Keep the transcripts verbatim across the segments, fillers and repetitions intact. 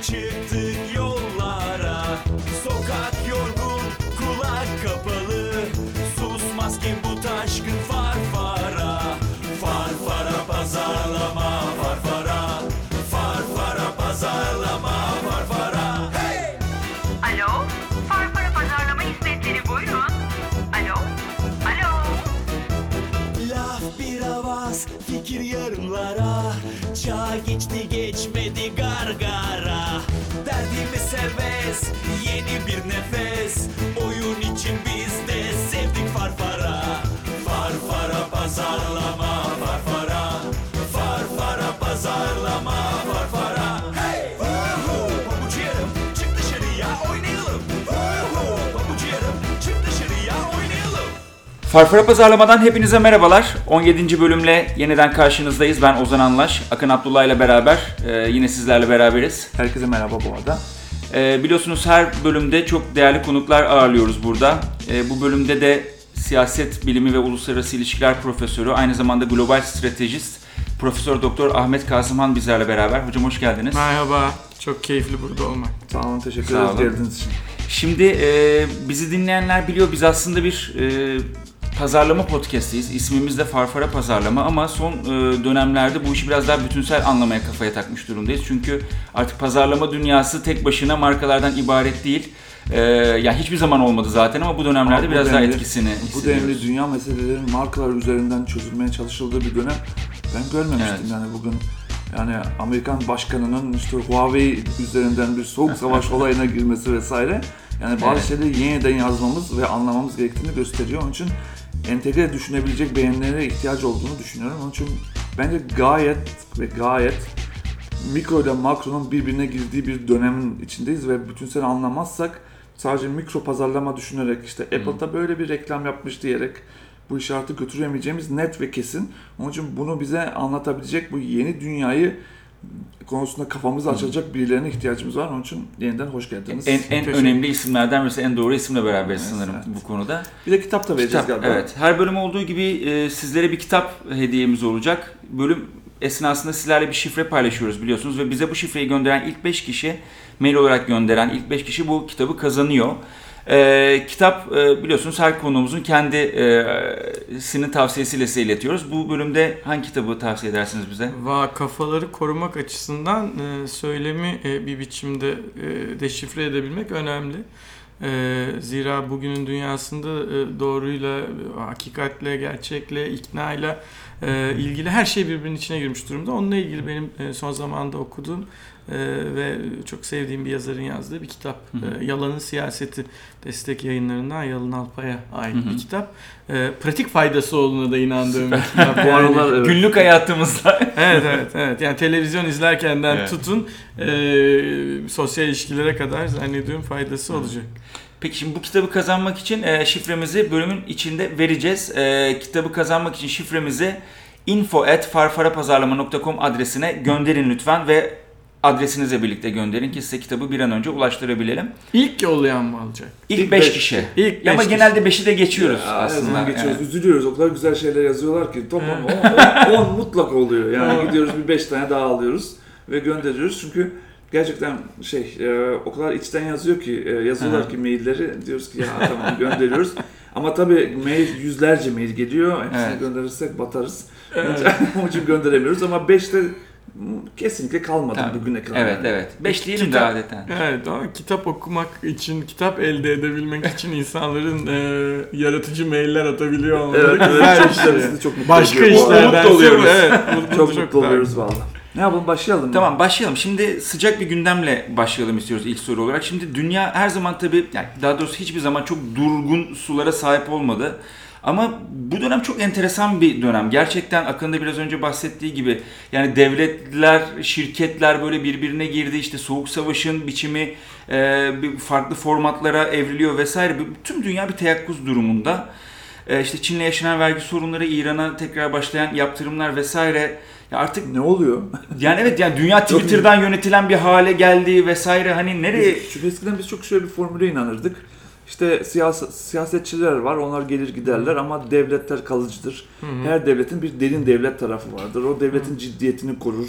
çıktık yollara. Sokak yorgun, kulak kapalı. Susmaz ki bu taşkın farfara. Farfara pazarlama farfara. Farfara pazarlama farfara. Hey! Alo, Farfara Pazarlama Hizmetleri buyurun. Alo, alo. Laf bir avaz, fikir yarımlara. Çağ geçti geçmedi gargara. Derdimiz serbest, yeni bir nefes. Oyun için biz de sevdik farfara. Farfara pazarlama farfara. Farfara pazarlama farfara. Hey! Uhu! Pabucu yarım, çık dışarıya oynayalım. Uhu! Pabucu yarım, çık dışarıya oynayalım. Farfara Pazarlama'dan hepinize merhabalar. on yedinci bölümle yeniden karşınızdayız. Ben Ozan Anlaş, Akın Abdullah ile beraber e, yine sizlerle beraberiz. Herkese merhaba bu arada. E, biliyorsunuz her bölümde çok değerli konuklar ağırlıyoruz burada. E, bu bölümde de siyaset bilimi ve uluslararası ilişkiler profesörü, aynı zamanda global stratejist Profesör Doktor Ahmet Kasımhan bizlerle beraber. Hocam hoş geldiniz. Merhaba, çok keyifli burada olmak. Sağ olun, teşekkür Sağ ederiz olun. geldiğiniz için. Şimdi e, bizi dinleyenler biliyor, biz aslında bir e, pazarlama podcast'iyiz. İsmimiz de Farfara Pazarlama ama son e, dönemlerde bu işi biraz daha bütünsel anlamaya kafaya takmış durumdayız. Çünkü artık pazarlama dünyası tek başına markalardan ibaret değil. E, yani hiçbir zaman olmadı zaten ama bu dönemlerde Ama bu biraz daha denli- etkisini Bu hissediyoruz. denli dünya meselelerin markalar üzerinden çözülmeye çalışıldığı bir dönem ben görmemiştim. Evet. Yani bugün yani Amerikan başkanının işte Huawei üzerinden bir soğuk savaş olayına girmesi vesaire. Yani bazı Evet. şeyleri yeniden yazmamız ve anlamamız gerektiğini gösteriyor. Onun için entegre düşünebilecek beğenilere ihtiyaç olduğunu düşünüyorum. Onun için bence gayet ve gayet mikro ile makronun birbirine girdiği bir dönemin içindeyiz ve bütünsel anlamazsak sadece mikro pazarlama düşünerek işte Apple'da böyle bir reklam yapmış diyerek bu işi artık götüremeyeceğimiz net ve kesin. Onun için bunu bize anlatabilecek bu yeni dünyayı konusunda kafamızı açacak birilerine ihtiyacımız var. Onun için yeniden hoş geldiniz. En, en Teşekkür- önemli isimlerden birisi, en doğru isimle beraberiz Evet, sanırım evet. bu konuda. Bir de kitap da vereceğiz Kitap, galiba. evet. Her bölüm olduğu gibi e, sizlere bir kitap hediyemiz olacak. Bölüm esnasında sizlerle bir şifre paylaşıyoruz biliyorsunuz ve bize bu şifreyi gönderen ilk beş kişi, mail olarak gönderen ilk beş kişi bu kitabı kazanıyor. E, kitap e, biliyorsunuz her konuğumuzun kendisinin tavsiyesiyle size iletiyoruz. Bu bölümde hangi kitabı tavsiye edersiniz bize? Va kafaları korumak açısından e, söylemi e, bir biçimde e, deşifre edebilmek önemli. E, zira bugünün dünyasında e, doğruyla, e, hakikatle, gerçekle, iknayla e, ilgili her şey birbirinin içine girmiş durumda. Onunla ilgili benim e, son zamanda okuduğum e, ve çok sevdiğim bir yazarın yazdığı bir kitap. Hı hı. E, Yalanın Siyaseti, Destek Yayınlarından Yalın Alpay'a ait Hı hı. bir kitap. E, pratik faydası olduğuna da inandığım bir kitap. Bu aralar evet. Günlük hayatımızda. Evet evet evet. Yani televizyon izlerkenden Evet. tutun e, sosyal ilişkilere kadar zannediyorum faydası olacak. Peki şimdi bu kitabı kazanmak için e, şifremizi bölümün içinde vereceğiz. E, kitabı kazanmak için şifremizi info at farfarapazarlama nokta com adresine gönderin lütfen ve adresinizle birlikte gönderin ki size kitabı bir an önce ulaştırabilelim. İlk yollayan mı alacak? İlk İlk beş beş- kişi. İlk Ama beş genelde beşi de geçiyoruz Ya, aslında. her zaman geçiyoruz. Yani. Üzülüyoruz. O kadar güzel şeyler yazıyorlar ki toplam on mutlak oluyor. Yani gidiyoruz bir beş tane daha alıyoruz ve gönderiyoruz. Çünkü gerçekten şey e, o kadar içten yazıyor ki e, yazıyorlar Hı. ki mailleri diyoruz ki ya tamam gönderiyoruz. Ama tabii mail yüzlerce mail geliyor. Hepsini Evet. gönderirsek batarız. Evet. Onun için gönderemiyoruz ama beşte kesinlikle kalmadı Tabii. bugüne kadar. Evet yani. evet. Beş diyelim de Kitap- adeten. Evet ama kitap okumak için, kitap elde edebilmek için insanların e, yaratıcı mailler atabiliyor olmaları Evet, evet. güzel Çok bir güzel. şey. Bizi çok mutlu Başka ediyor. işlerden Mutlu oluyoruz. sonra- Evet, mutlu, Çok çok mutlu daha- oluyoruz valla. Ne yapalım başlayalım mı? Tamam başlayalım. Şimdi sıcak bir gündemle başlayalım istiyoruz ilk soru olarak. Şimdi dünya her zaman tabii, yani daha doğrusu hiçbir zaman çok durgun sulara sahip olmadı. Ama bu dönem çok enteresan bir dönem. Gerçekten Akın'ın da biraz önce bahsettiği gibi yani devletler, şirketler böyle birbirine girdi. İşte soğuk savaşın biçimi e, bir farklı formatlara evriliyor vesaire. Tüm dünya bir teyakkuz durumunda. E, işte Çin'le yaşanan vergi sorunları, İran'a tekrar başlayan yaptırımlar vesaire. Ya artık Ne oluyor? yani evet yani dünya Çok Twitter'dan yönetilen bir hale geldi vesaire, hani nereye... Biz, çünkü eskiden biz çok şöyle bir formüle inanırdık. İşte siyas- siyasetçiler var, onlar gelir giderler ama devletler kalıcıdır. Hı hı. Her devletin bir derin devlet tarafı vardır. O devletin ciddiyetini korur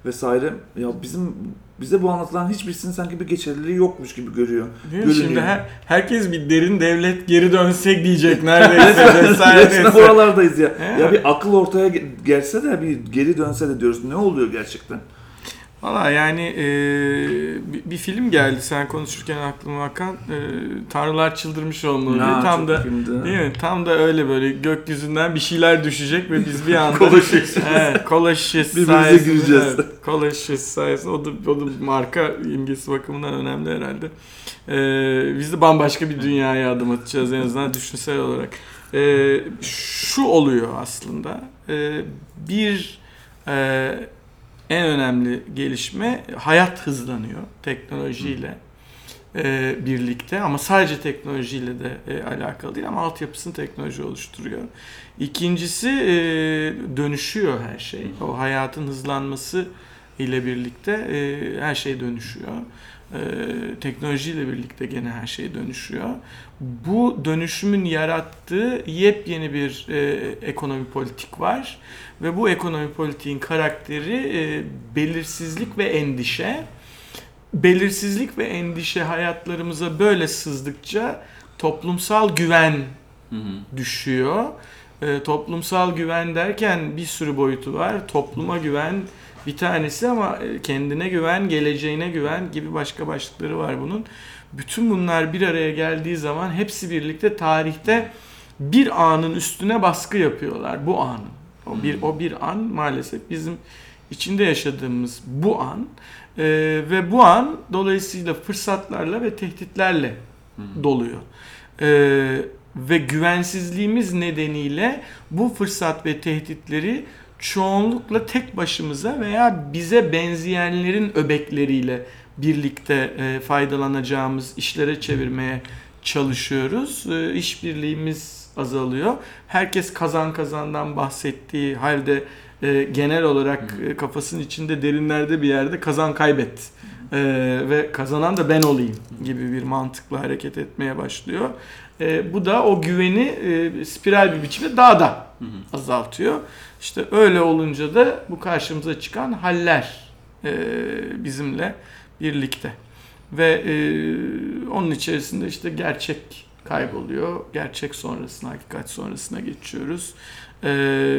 vesaire. Ya bizim bize bu anlatılan hiçbirisinin sanki bir geçerliliği yokmuş gibi görüyor. Değil mi? Şimdi her, herkes bir derin devlet geri dönsek diyecek neredeyse vesaire. Resmen oralardayız ya. Evet. Ya bir akıl ortaya gelse de bir geri dönse de diyoruz. Ne oluyor gerçekten? Valla yani e, bir, bir film geldi sen konuşurken aklıma Hakan. E, Tanrılar Çıldırmış olmalı. Ya, Tam da filmdi. değil mi? Tam da öyle böyle gökyüzünden bir şeyler düşecek ve biz bir anda Kola şişesi. evet, kola şişesi Birbirimize sayesinde gireceğiz. evet, kola şişesi sayesinde o da, o da marka imgesi bakımından önemli herhalde. E, biz de bambaşka bir dünyaya adım atacağız en azından düşünsel olarak. E, şu oluyor aslında. E, bir e, en önemli gelişme hayat hızlanıyor teknolojiyle e, birlikte ama sadece teknolojiyle de e, alakalı değil ama altyapısını teknoloji oluşturuyor. İkincisi e, dönüşüyor her şey. O hayatın hızlanması ile birlikte e, her şey dönüşüyor. E, teknolojiyle birlikte gene her şey dönüşüyor. Bu dönüşümün yarattığı yepyeni bir e, ekonomi politik var. Ve bu ekonomi politiğin karakteri e, belirsizlik ve endişe. Belirsizlik ve endişe hayatlarımıza böyle sızdıkça toplumsal güven Hı hı. düşüyor. E, toplumsal güven derken bir sürü boyutu var. Topluma güven bir tanesi ama kendine güven, geleceğine güven gibi başka başlıkları var bunun. Bütün bunlar bir araya geldiği zaman hepsi birlikte tarihte bir anın üstüne baskı yapıyorlar. Bu anın. O bir o bir an maalesef bizim içinde yaşadığımız bu an ee, ve bu an dolayısıyla fırsatlarla ve tehditlerle doluyor. Ee, ve güvensizliğimiz nedeniyle bu fırsat ve tehditleri çoğunlukla tek başımıza veya bize benzeyenlerin öbekleriyle birlikte e, faydalanacağımız işlere çevirmeye çalışıyoruz. E, işbirliğimiz azalıyor. Herkes kazan kazandan bahsettiği halde e, genel olarak e, kafasının içinde derinlerde bir yerde kazan kaybet e, ve kazanan da ben olayım gibi bir mantıkla hareket etmeye başlıyor. E, bu da o güveni e, spiral bir biçimde daha da azaltıyor. İşte öyle olunca da bu karşımıza çıkan haller e, bizimle birlikte. Ve e, onun içerisinde işte gerçek kayboluyor. Gerçek sonrasına, hakikat sonrasına geçiyoruz. E,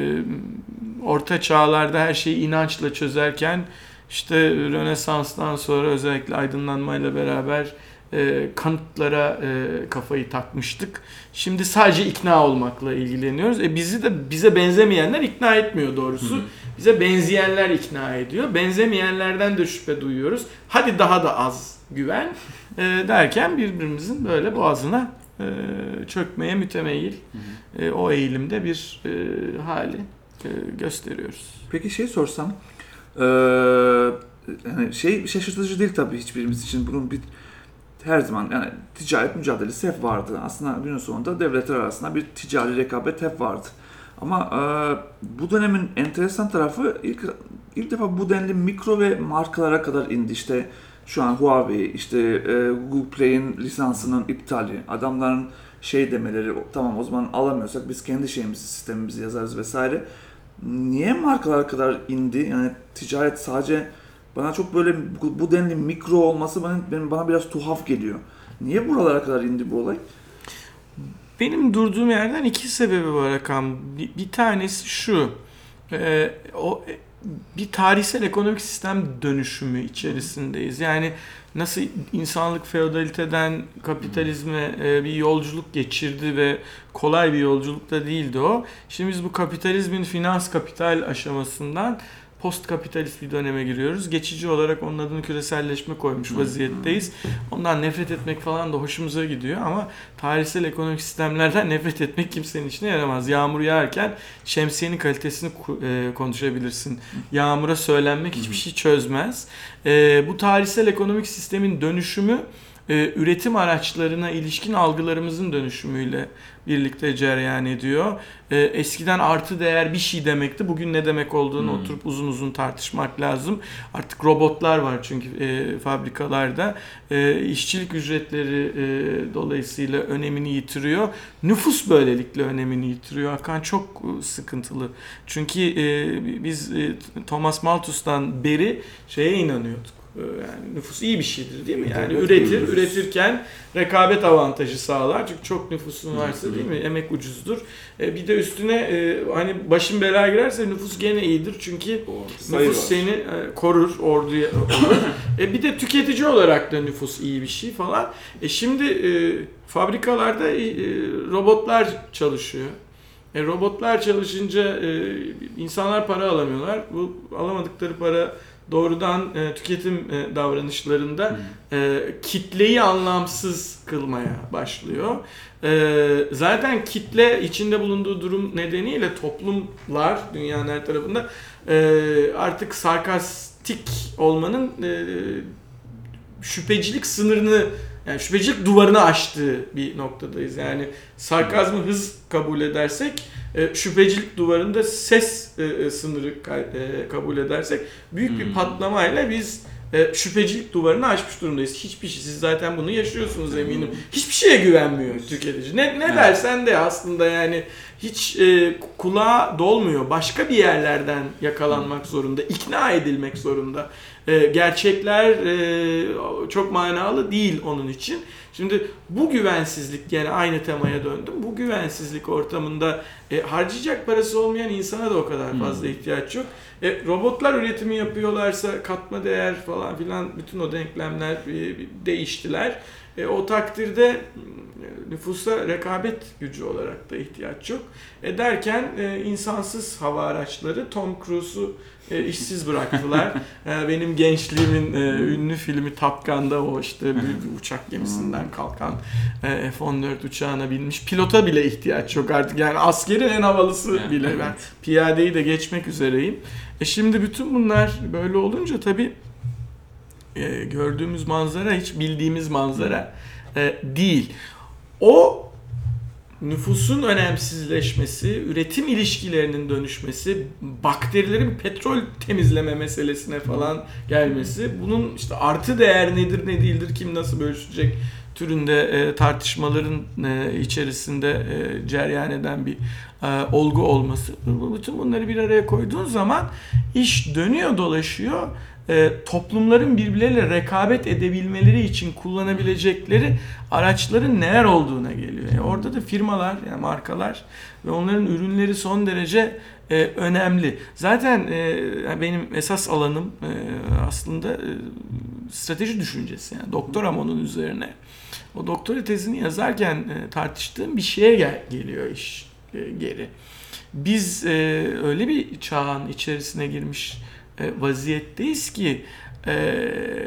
orta çağlarda her şeyi inançla çözerken işte Rönesans'tan sonra özellikle aydınlanmayla beraber e, kanıtlara e, kafayı takmıştık. Şimdi sadece ikna olmakla ilgileniyoruz. E bizi de bize benzemeyenler ikna etmiyor doğrusu. Hı hı. Bize benzeyenler ikna ediyor. Benzemeyenlerden de şüphe duyuyoruz. Hadi daha da az güven e, derken birbirimizin böyle boğazına e, çökmeye mütemeyyil e, o eğilimde bir e, hali e, gösteriyoruz. Peki şey sorsam, e, yani şey şaşırtıcı değil tabii hiçbirimiz için. Bunun bir her zaman yani ticaret mücadelesi hep vardı. Aslında günün sonunda devletler arasında bir ticari rekabet hep vardı. Ama e, bu dönemin enteresan tarafı ilk ilk defa bu denli mikro ve markalara kadar indi. İşte şu an Huawei, işte e, Google Play'in lisansının iptali, adamların şey demeleri, tamam o zaman alamıyorsak biz kendi şeyimizi, sistemimizi yazarız vesaire. Niye markalara kadar indi? Yani ticaret sadece bana çok böyle bu, bu denli mikro olması bana, benim, bana biraz tuhaf geliyor. Niye buralara kadar indi bu olay? Benim durduğum yerden iki sebebi var Hakan. Bir, bir tanesi şu. E, o bir tarihsel ekonomik sistem dönüşümü içerisindeyiz. Yani nasıl insanlık feodaliteden kapitalizme e, bir yolculuk geçirdi ve kolay bir yolculuk da değildi o. Şimdi biz bu kapitalizmin finans kapital aşamasından post kapitalist bir döneme giriyoruz. Geçici olarak onun adını küreselleşme koymuş vaziyetteyiz. Ondan nefret etmek falan da hoşumuza gidiyor ama tarihsel ekonomik sistemlerden nefret etmek kimsenin işine yaramaz. Yağmur yağarken şemsiyenin kalitesini konuşabilirsin. Yağmura söylenmek hiçbir şey çözmez. Bu tarihsel ekonomik sistemin dönüşümü e, üretim araçlarına ilişkin algılarımızın dönüşümüyle birlikte cereyan ediyor. E, eskiden artı değer bir şey demekti. Bugün ne demek olduğunu hmm. oturup uzun uzun tartışmak lazım. Artık robotlar var çünkü e, fabrikalarda. E, işçilik ücretleri e, dolayısıyla önemini yitiriyor. Nüfus böylelikle önemini yitiriyor. Hakan çok sıkıntılı. Çünkü e, biz e, Thomas Malthus'tan beri şeye inanıyorduk. Yani nüfus iyi bir şeydir değil mi? Yani evet, üretir, evet. üretirken rekabet avantajı sağlar. Çünkü çok nüfusun varsa değil mi? Emek ucuzdur. E, bir de üstüne e, hani başın belaya girerse nüfus gene iyidir. Çünkü o, nüfus seni e, korur, orduya olur. e, bir de tüketici olarak da nüfus iyi bir şey falan. E, şimdi e, fabrikalarda e, robotlar çalışıyor. E, robotlar çalışınca e, insanlar para alamıyorlar. Bu alamadıkları para doğrudan e, tüketim e, davranışlarında e, kitleyi anlamsız kılmaya başlıyor. E, zaten kitle içinde bulunduğu durum nedeniyle toplumlar dünyanın her tarafında e, artık sarkastik olmanın e, şüphecilik sınırını, yani şüphecilik duvarını aştığı bir noktadayız. Yani sarkazmı hız kabul edersek, e, şüphecilik duvarında ses e, sınırı e, kabul edersek büyük hmm. bir patlamayla biz e, şüphecilik duvarını aşmış durumdayız. Hiçbir şey, siz zaten bunu yaşıyorsunuz eminim. Hiçbir şeye güvenmiyor tüketici. Ne, ne dersen de aslında yani hiç e, kulağa dolmuyor. Başka bir yerlerden yakalanmak zorunda, ikna edilmek zorunda. E, gerçekler e, çok manalı değil onun için. Şimdi bu güvensizlik, yani aynı temaya döndüm. Bu güvensizlik ortamında e, harcayacak parası olmayan insana da o kadar fazla ihtiyaç yok. E, robotlar üretimi yapıyorlarsa katma değer falan filan bütün o denklemler e, değiştiler. E, o takdirde nüfusa rekabet gücü olarak da ihtiyaç yok. E, derken e, insansız hava araçları Tom Cruise'u e, işsiz bıraktılar. e, benim gençliğimin e, ünlü filmi Top Gun'da o işte bir, bir uçak gemisinden kalkan e, F on dört uçağına binmiş pilota bile ihtiyaç yok artık. Yani askerin en havalısı bile. Ben piyadeyi de geçmek üzereyim. E, şimdi bütün bunlar böyle olunca tabii e, gördüğümüz manzara hiç bildiğimiz manzara e, değil. O nüfusun önemsizleşmesi, üretim ilişkilerinin dönüşmesi, bakterilerin petrol temizleme meselesine falan gelmesi, bunun işte artı değer nedir ne değildir, kim nasıl bölüşecek türünde e, tartışmaların e, içerisinde e, cereyan eden bir e, olgu olması. Bütün bunları bir araya koyduğun zaman iş dönüyor dolaşıyor. E, toplumların birbirleriyle rekabet edebilmeleri için kullanabilecekleri araçların neler olduğuna geliyor. Yani orada da firmalar, yani markalar ve onların ürünleri son derece e, önemli. Zaten e, benim esas alanım e, aslında e, strateji düşüncesi. Yani doktoram onun üzerine. O doktora tezini yazarken e, tartıştığım bir şeye gel- geliyor iş e, geri. Biz e, öyle bir çağın içerisine girmiş vaziyetteyiz ki e,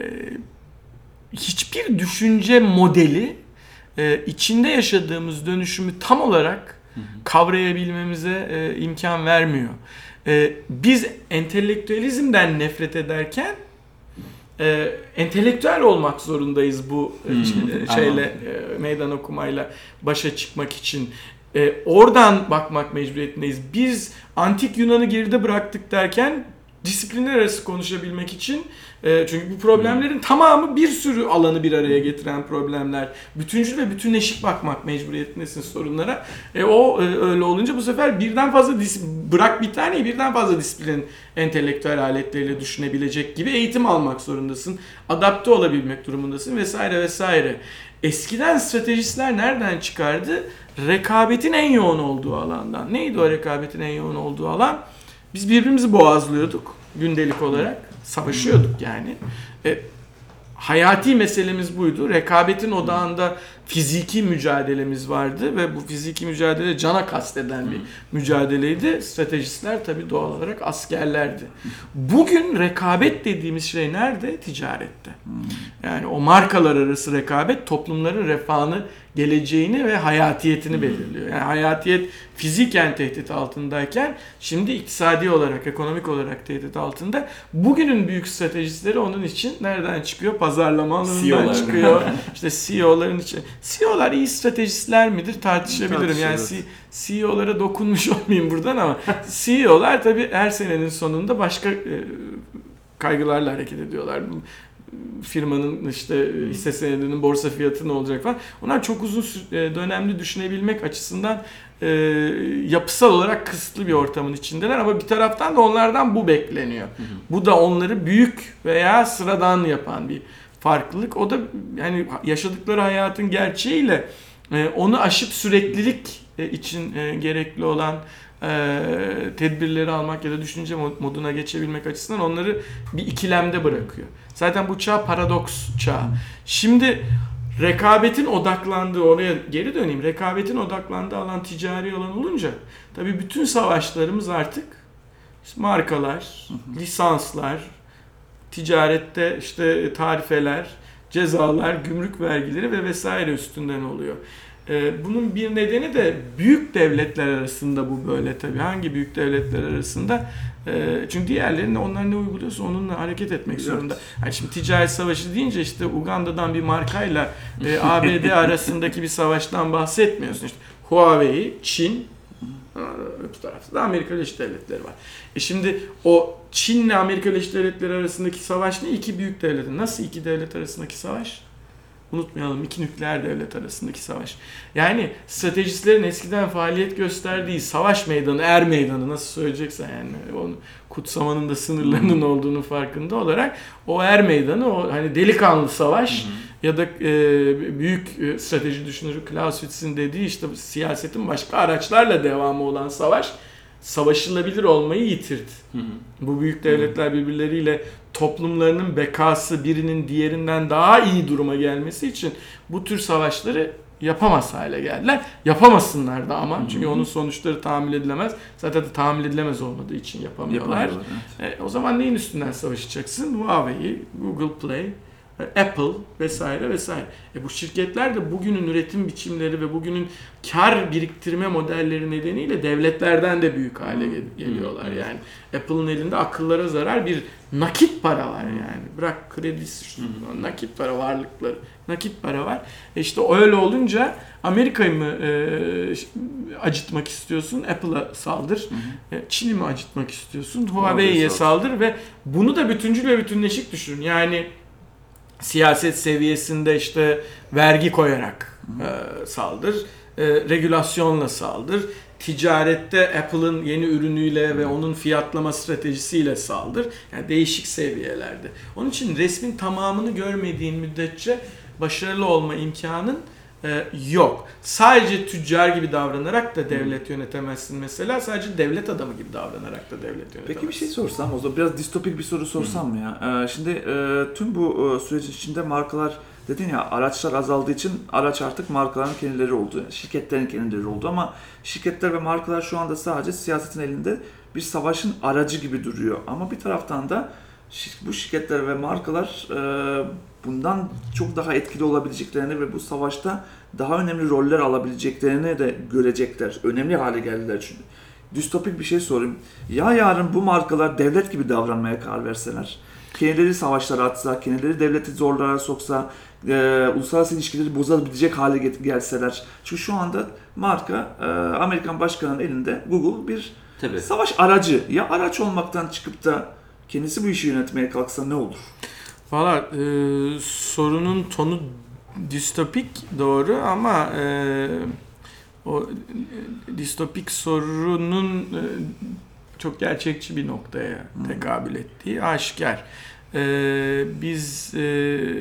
hiçbir düşünce modeli e, içinde yaşadığımız dönüşümü tam olarak hı hı. kavrayabilmemize e, imkan vermiyor. E, biz entelektüelizmden nefret ederken e, entelektüel olmak zorundayız bu hmm, şeyle e, meydan okumayla başa çıkmak için. E, oradan bakmak mecburiyetindeyiz. Biz antik Yunan'ı geride bıraktık derken disiplinler arası konuşabilmek için e, çünkü bu problemlerin hmm. tamamı bir sürü alanı bir araya getiren problemler. Bütüncül ve bütünleşik bakmak mecburiyetindesin sorunlara. E, o e, öyle olunca bu sefer birden fazla dis- bırak bir taneyi birden fazla disiplin entelektüel aletleriyle düşünebilecek gibi eğitim almak zorundasın. Adapte olabilmek durumundasın vesaire vesaire. Eskiden stratejistler nereden çıkardı? Rekabetin en yoğun olduğu alandan. Neydi o rekabetin en yoğun olduğu alan? Biz birbirimizi boğazlıyorduk gündelik olarak. Savaşıyorduk yani. E, hayati meselemiz buydu. Rekabetin odağında fiziki mücadelemiz vardı ve bu fiziki mücadele cana kasteden bir mücadeleydi. Stratejistler tabii doğal olarak askerlerdi. Bugün rekabet dediğimiz şey nerede? Ticarette. Yani o markalar arası rekabet toplumların refahını, geleceğini ve hayatiyetini belirliyor. Yani hayatiyet fiziken tehdit altındayken şimdi iktisadi olarak, ekonomik olarak tehdit altında. Bugünün büyük stratejistleri onun için nereden çıkıyor? Pazarlama alanından C E O'lar. çıkıyor. İşte C E O'ların için. C E O'lar iyi stratejistler midir? Tartışabilirim. Yani Tartışılır. C E O'lara dokunmuş olmayayım buradan ama C E O'lar tabii her senenin sonunda başka e, kaygılarla hareket ediyorlar. Firmanın işte hisse senedinin borsa fiyatı ne olacak falan. Onlar çok uzun dönemli düşünebilmek açısından e, yapısal olarak kısıtlı bir ortamın içindeler ama bir taraftan da onlardan bu bekleniyor. Hı hı. Bu da onları büyük veya sıradan yapan bir farklılık. O da yani yaşadıkları hayatın gerçeğiyle e, onu aşıp süreklilik e, için e, gerekli olan e, tedbirleri almak ya da düşünce moduna geçebilmek açısından onları bir ikilemde bırakıyor. Zaten bu çağ paradoks çağı. Şimdi rekabetin odaklandığı, oraya geri döneyim, rekabetin odaklandığı alan ticari alan olunca tabii bütün savaşlarımız artık işte markalar, lisanslar, ticarette işte tarifeler, cezalar, gümrük vergileri ve vesaire üstünden oluyor. Bunun bir nedeni de büyük devletler arasında bu böyle tabii. Hangi büyük devletler arasında? Çünkü diğerlerinin onlar ne uyguluyorsa onunla hareket etmek evet. zorunda. Yani şimdi ticaret savaşı deyince işte Uganda'dan bir markayla A B D arasındaki bir savaştan bahsetmiyorsun. İşte Huawei, Çin, öbür tarafta da Amerika Birleşik Devletleri var. E şimdi o Çin'le Amerika Birleşik Devletleri arasındaki savaş ne? İki büyük devletin. Nasıl iki devlet arasındaki savaş? Unutmayalım, iki nükleer devlet arasındaki savaş. Yani stratejistlerin eskiden faaliyet gösterdiği savaş meydanı, er meydanı nasıl söyleyeceksen yani onu kutsamanın da sınırlarının olduğunu farkında olarak o er meydanı, o hani delikanlı savaş hı hı. ya da e, büyük e, strateji düşünürü Clausewitz'in dediği işte siyasetin başka araçlarla devamı olan savaş savaşılabilir olmayı yitirdi. Hı hı. Bu büyük devletler birbirleriyle toplumlarının bekası birinin diğerinden daha iyi duruma gelmesi için bu tür savaşları yapamaz hale geldiler. Yapamasınlar da ama. Hı hı. Çünkü onun sonuçları tahammül edilemez. Zaten de tahammül edilemez olmadığı için yapamıyorlar. yapamıyorlar evet. e, o zaman neyin üstünden savaşacaksın? Huawei, Google Play, Apple vesaire vesaire. E bu şirketler de bugünün üretim biçimleri ve bugünün kar biriktirme modelleri nedeniyle devletlerden de büyük hale gel- geliyorlar. Yani Apple'ın elinde akıllara zarar bir nakit para var yani. Bırak kredisi, nakit para varlıkları, nakit para var. E işte öyle olunca Amerika'yı mı e, acıtmak istiyorsun? Apple'a saldır. Hı hı. E, Çin'i mi acıtmak istiyorsun? Huawei'ye saldır ve bunu da bütüncül ve bütünleşik düşün. Yani siyaset seviyesinde işte vergi koyarak e, saldır, e, regülasyonla saldır, ticarette Apple'ın yeni ürünüyle ve onun fiyatlama stratejisiyle saldır. Yani değişik seviyelerde. Onun için resmin tamamını görmediğin müddetçe başarılı olma imkanın e, yok. Sadece tüccar gibi davranarak da devlet yönetemezsin mesela. Sadece devlet adamı gibi davranarak da devlet yönetemezsin. Peki bir şey sorsam, o zaman biraz distopik bir soru sorsam mı ya? Ee, şimdi e, tüm bu e, sürecin içinde markalar, dedin ya, araçlar azaldığı için araç artık markaların kendileri oldu. Şirketlerin kendileri oldu ama şirketler ve markalar şu anda sadece siyasetin elinde bir savaşın aracı gibi duruyor. Ama bir taraftan da bu şirketler ve markalar e, bundan çok daha etkili olabileceklerini ve bu savaşta daha önemli roller alabileceklerini de görecekler. Önemli hale geldiler çünkü. Distopik bir şey sorayım. Ya yarın bu markalar devlet gibi davranmaya karar verseler, kendileri savaşlara atsa, kendileri devleti zorlara soksa, e, uluslararası ilişkileri bozabilecek hale gelseler. Çünkü şu anda marka e, Amerikan başkanının elinde Google bir Tabii. savaş aracı. Ya araç olmaktan çıkıp da kendisi bu işi yönetmeye kalksa ne olur? Valla e, sorunun tonu distopik doğru ama e, o e, distopik sorunun e, çok gerçekçi bir noktaya hmm. tekabül ettiği aşikar. E, biz e,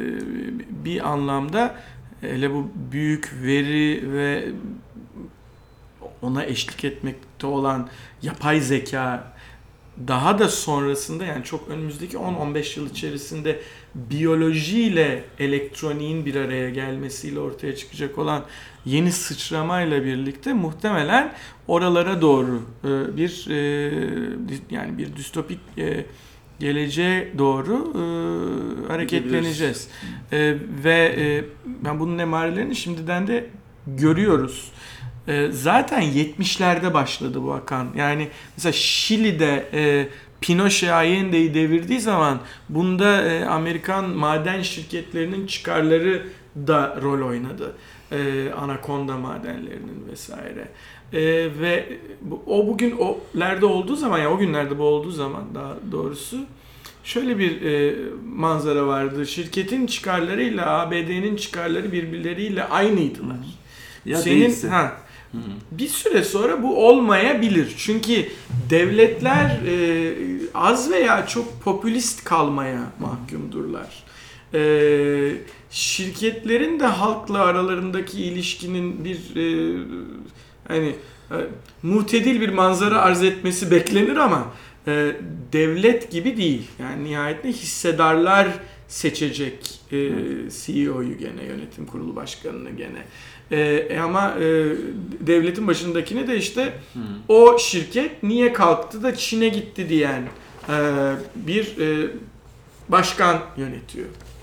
bir anlamda hele bu büyük veri ve ona eşlik etmekte olan yapay zeka daha da sonrasında, yani çok önümüzdeki on on beş yıl içerisinde biyolojiyle elektroniğin bir araya gelmesiyle ortaya çıkacak olan yeni sıçramayla birlikte muhtemelen oralara doğru e, bir e, yani bir distopik e, geleceğe doğru e, hareketleneceğiz. E, ve e, ben bunun emarelerini şimdiden de görüyoruz. E, zaten yetmişlerde başladı bu akan. Yani mesela Şili'de e, Pinochet Allende'yi devirdiği zaman bunda e, Amerikan maden şirketlerinin çıkarları da rol oynadı. E, Anaconda madenlerinin vesaire. E, ve bu, o bugün o'lerde olduğu zaman, ya yani o günlerde bu olduğu zaman daha doğrusu şöyle bir e, manzara vardı. Şirketin çıkarlarıyla A B D'nin çıkarları birbirleriyle aynıydılar. Ya Senin değilse. ha bir süre sonra bu olmayabilir. Çünkü devletler e, az veya çok popülist kalmaya mahkumdurlar. E, şirketlerin de halkla aralarındaki ilişkinin bir e, hani e, muhtedil bir manzara arz etmesi beklenir ama e, devlet gibi değil. Yani nihayetinde hissedarlar seçecek e, C E O'yu gene, yönetim kurulu başkanını gene. Ee, ama e, devletin başındakini de işte hmm. o şirket niye kalktı da Çin'e gitti diyen e, bir e, başkan yönetiyor.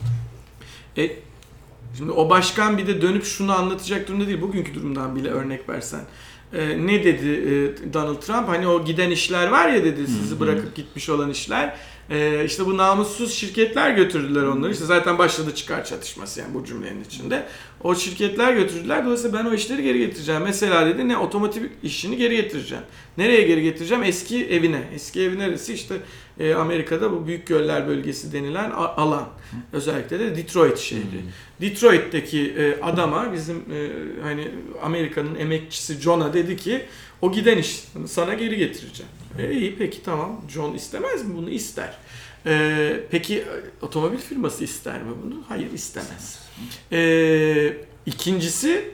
E, şimdi o başkan bir de dönüp şunu anlatacak durumda değil. Bugünkü durumdan bile örnek versen. E, ne dedi e, Donald Trump? Hani o giden işler var ya dedi, sizi hmm. bırakıp gitmiş olan işler. Ee, işte bu namussuz şirketler götürdüler onları. İşte zaten başladı çıkar çatışması yani bu cümlenin içinde. O şirketler götürdüler. Dolayısıyla ben o işleri geri getireceğim. Mesela dedi ne otomotiv işini geri getireceğim. Nereye geri getireceğim? Eski evine. Eski evi neresi? İşte e, Amerika'da bu Büyük Göller Bölgesi denilen a- alan. Özellikle de Detroit şehri. Hmm. Detroit'teki e, adama bizim e, hani Amerika'nın emekçisi John'a dedi ki o giden iş sana geri getireceğim. E, iyi peki tamam. John istemez mi bunu? İster. E, peki otomobil firması ister mi bunu? Hayır istemez. E, ikincisi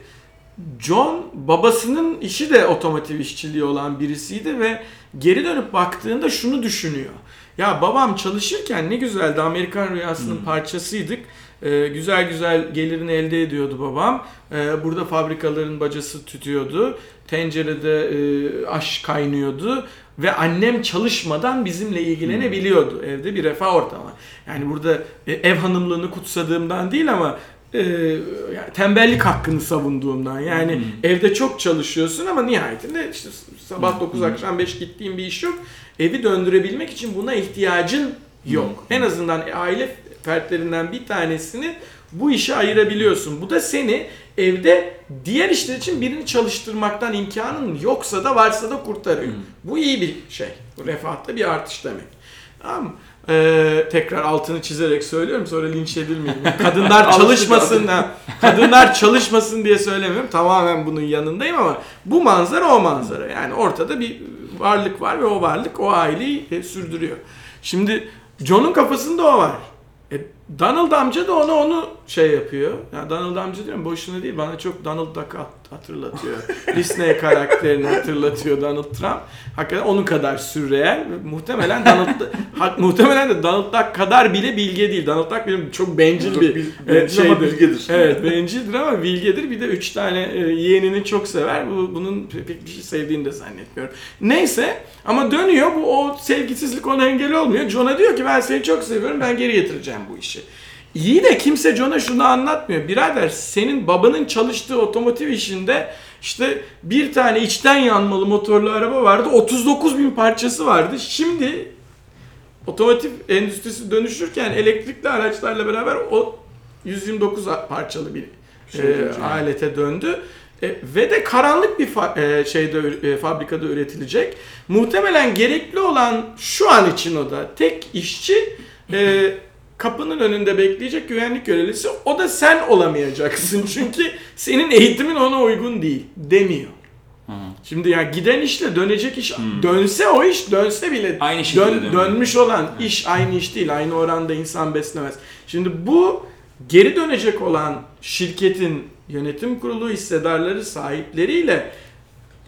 John babasının işi de otomotiv işçiliği olan birisiydi ve geri dönüp baktığında şunu düşünüyor. Ya babam çalışırken ne güzeldi, Amerikan rüyasının hmm. parçasıydık. Ee, güzel güzel gelirini elde ediyordu babam. Ee, burada fabrikaların bacası tütüyordu. Tencerede e, aş kaynıyordu. Ve annem çalışmadan bizimle ilgilenebiliyordu. Hmm. Evde bir refah ortamı. Yani burada e, ev hanımlığını kutsadığımdan değil ama e, yani tembellik hakkını savunduğumdan. Yani hmm. evde çok çalışıyorsun ama nihayetinde işte sabah dokuz hmm. akşam beş gittiğin bir iş yok. Evi döndürebilmek için buna ihtiyacın yok. Hmm. En azından aile fertlerinden bir tanesini bu işe ayırabiliyorsun. Bu da seni evde diğer işler için birini çalıştırmaktan imkanın yoksa da varsa da kurtarıyor. Hmm. Bu iyi bir şey. Bu refahta bir artış demek. Tamam mı? Ee, tekrar altını çizerek söylüyorum, sonra linç edilmeyeyim. Kadınlar çalışmasın, kadınlar çalışmasın diye söylemiyorum. Tamamen bunun yanındayım ama bu manzara o manzara. Yani ortada bir varlık var ve o varlık o aileyi e, sürdürüyor. Şimdi John'un kafasında o var. E, Donald amca da ona onu şey yapıyor. Yani Donald amca diyorum boşuna değil, bana çok Donald Duck hatırlatıyor. Disney karakterini hatırlatıyor Donald Trump. Hakikaten onun kadar sürreel. Muhtemelen Donald ha, muhtemelen de Donald Duck kadar bile bilge değil. Donald Duck benim çok bencil bir bil, e, şeydir. Ama bilgedir. Evet, bencildir ama bilgedir. Bir de üç tane e, yeğenini çok sever. Bu, bunun pek bir şey sevdiğini de zannetmiyorum. Neyse ama dönüyor. Bu o sevgisizlik ona engel olmuyor. John'a diyor ki ben seni çok seviyorum. Ben geri getireceğim bu işi. İyi de kimse John'a şunu anlatmıyor. Birader senin babanın çalıştığı otomotiv işinde işte bir tane içten yanmalı motorlu araba vardı. otuz dokuz bin parçası vardı. Şimdi otomotiv endüstrisi dönüşürken elektrikli araçlarla beraber o yüz yirmi dokuz parçalı bir şey e, alete döndü. E, ve de karanlık bir fa- e, şeyde e, fabrikada üretilecek. Muhtemelen gerekli olan şu an için o da tek işçi e, kapının önünde bekleyecek güvenlik görevlisi, o da sen olamayacaksın çünkü senin eğitimin ona uygun değil demiyor. Hı. Şimdi ya giden işle dönecek iş, hmm. dönse o iş dönse bile aynı dön, dönmüş olan Hı. iş aynı iş değil, aynı oranda insan beslemez. Şimdi bu geri dönecek olan şirketin yönetim kurulu hissedarları sahipleriyle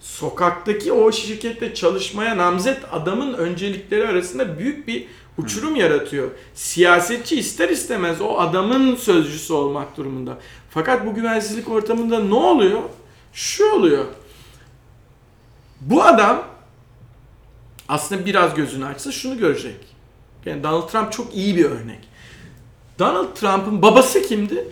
sokaktaki o şirkette çalışmaya namzet adamın öncelikleri arasında büyük bir uçurum yaratıyor. Siyasetçi ister istemez o adamın sözcüsü olmak durumunda. Fakat bu güvensizlik ortamında ne oluyor? Şu oluyor. Bu adam aslında biraz gözünü açsa şunu görecek. Yani Donald Trump çok iyi bir örnek. Donald Trump'ın babası kimdi?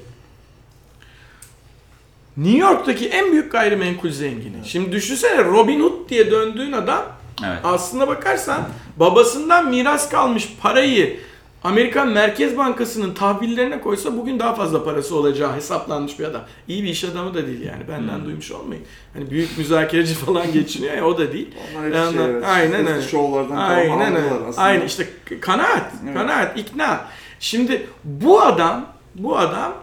New York'taki en büyük gayrimenkul zengini. Evet. Şimdi düşünsene, Robin Hood diye döndüğün adam, evet, aslında bakarsan babasından miras kalmış parayı Amerikan Merkez Bankası'nın tahvillerine koysa bugün daha fazla parası olacağı hesaplanmış bir adam. İyi bir iş adamı da değil yani. Benden hmm. duymuş olmayın. Hani büyük müzakereci falan geçiniyor ya, o da değil. Onlar hep şey, evet. Aynen öyle. Şovlardan aynen öyle. Aslında. Aynen işte kanaat, evet. kanaat, ikna. Şimdi bu adam, bu adam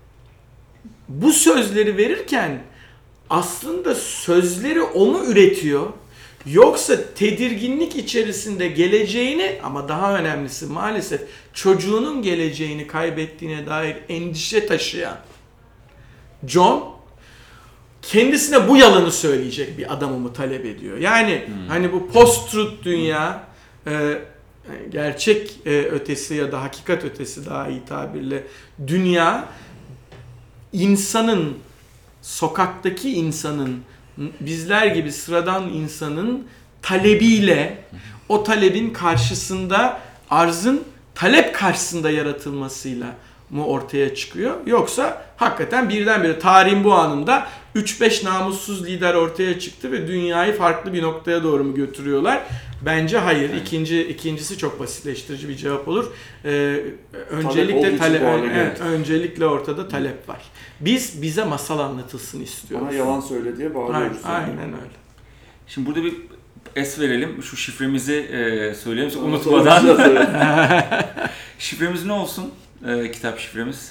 bu sözleri verirken aslında sözleri o mu üretiyor? Yoksa tedirginlik içerisinde geleceğini, ama daha önemlisi maalesef çocuğunun geleceğini kaybettiğine dair endişe taşıyan John kendisine bu yalanı söyleyecek bir adamı mı talep ediyor? Yani hmm. hani bu post-truth dünya, e, gerçek e, ötesi ya da hakikat ötesi daha iyi tabirle dünya, insanın, sokaktaki insanın, bizler gibi sıradan insanın talebiyle, o talebin karşısında, arzın talep karşısında yaratılmasıyla mı ortaya çıkıyor? Yoksa hakikaten birdenbire tarihin bu anında üç beş namussuz lider ortaya çıktı ve dünyayı farklı bir noktaya doğru mu götürüyorlar? Bence hayır. Evet. İkinci ikincisi çok basitleştirici bir cevap olur. Ee, öncelikle talep, talep evet, öncelikle ortada talep var. Biz bize masal anlatılsın istiyoruz. Bana yalan söyle diye bağırıyoruz. Aynen, aynen öyle. Şimdi burada bir es verelim. Şu şifremizi e, söyleyelim unutmadan. Şifremiz ne olsun? E, kitap şifremiz.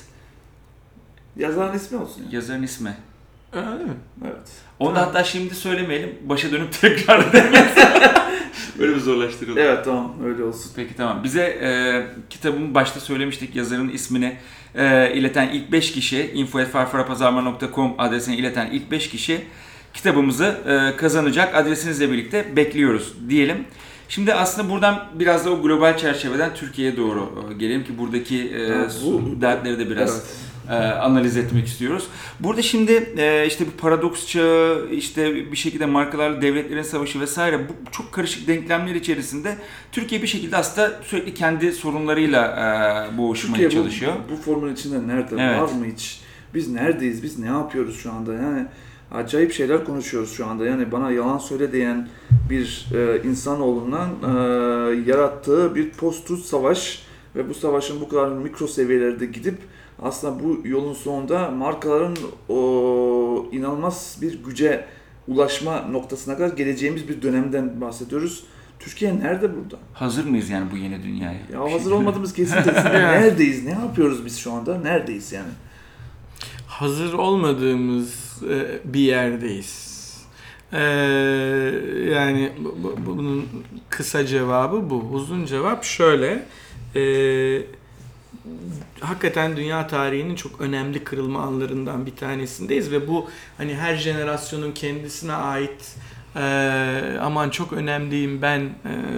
Yazarın ismi olsun. Ya. Yazarın ismi. Öyle mi? Evet. Onu da hatta şimdi söylemeyelim. Başa dönüp tekrar edemeyiz. Böyle bir zorlaştıralım. Evet, tamam, öyle olsun. Peki, tamam. Bize e, kitabın başta söylemiştik, yazarın ismini e, ileten ilk beş kişi, info at farfarapazarma nokta com adresine ileten ilk beş kişi kitabımızı e, kazanacak. Adresinizle birlikte bekliyoruz diyelim. Şimdi aslında buradan biraz da o global çerçeveden Türkiye'ye doğru e, gelelim ki buradaki e, ha, bu, dertleri de biraz evet. e, analiz etmek istiyoruz. Burada şimdi e, işte bir paradoks çağı, işte bir şekilde markalarla devletlerin savaşı vesaire, bu çok karışık denklemler içerisinde Türkiye bir şekilde aslında sürekli kendi sorunlarıyla e, boğuşmaya Türkiye çalışıyor. Bu, bu formun içinde nerede? Evet. Var mı hiç? Biz neredeyiz? Biz ne yapıyoruz şu anda? Yani acayip şeyler konuşuyoruz şu anda. Yani bana yalan söyle diyen bir e, insanoğlundan e, yarattığı bir post-truth savaş ve bu savaşın bu kadar mikro seviyelerde gidip aslında bu yolun sonunda markaların o inanılmaz bir güce ulaşma noktasına kadar geleceğimiz bir dönemden bahsediyoruz. Türkiye nerede burada? Hazır mıyız yani bu yeni dünyaya? Ya hazır olmadığımız kesin kesin. Neredeyiz? Ne yapıyoruz biz şu anda? Neredeyiz yani? Hazır olmadığımız bir yerdeyiz. Ee, yani bu, bu, bunun kısa cevabı bu. Uzun cevap şöyle. Ee, hakikaten dünya tarihinin çok önemli kırılma anlarından bir tanesindeyiz ve bu hani her jenerasyonun kendisine ait e, aman çok önemliyim ben e,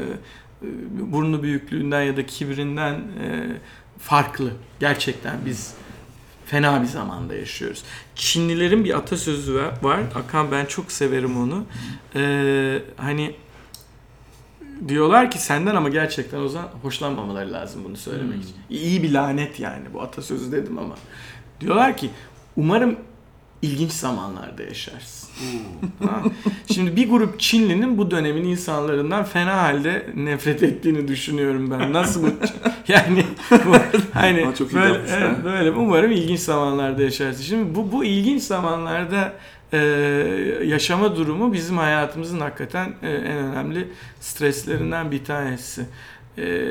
burnu büyüklüğünden ya da kibrinden e, farklı. Gerçekten biz fena bir zamanda yaşıyoruz. Çinlilerin bir atasözü var. Akan, ben çok severim onu. Ee, hani diyorlar ki senden ama gerçekten o zaman hoşlanmamaları lazım bunu söylemek hmm. için. İyi bir lanet yani bu atasözü dedim ama. Diyorlar ki umarım ilginç zamanlarda yaşarsın. Hmm. Şimdi bir grup Çinlinin bu dönemin insanlarından fena halde nefret ettiğini düşünüyorum ben. Nasıl bu? Yani bu, hani böyle, evet, böyle umarım ilginç zamanlarda yaşarsın. Şimdi bu bu ilginç zamanlarda e, yaşama durumu bizim hayatımızın hakikaten e, en önemli streslerinden bir tanesi. E,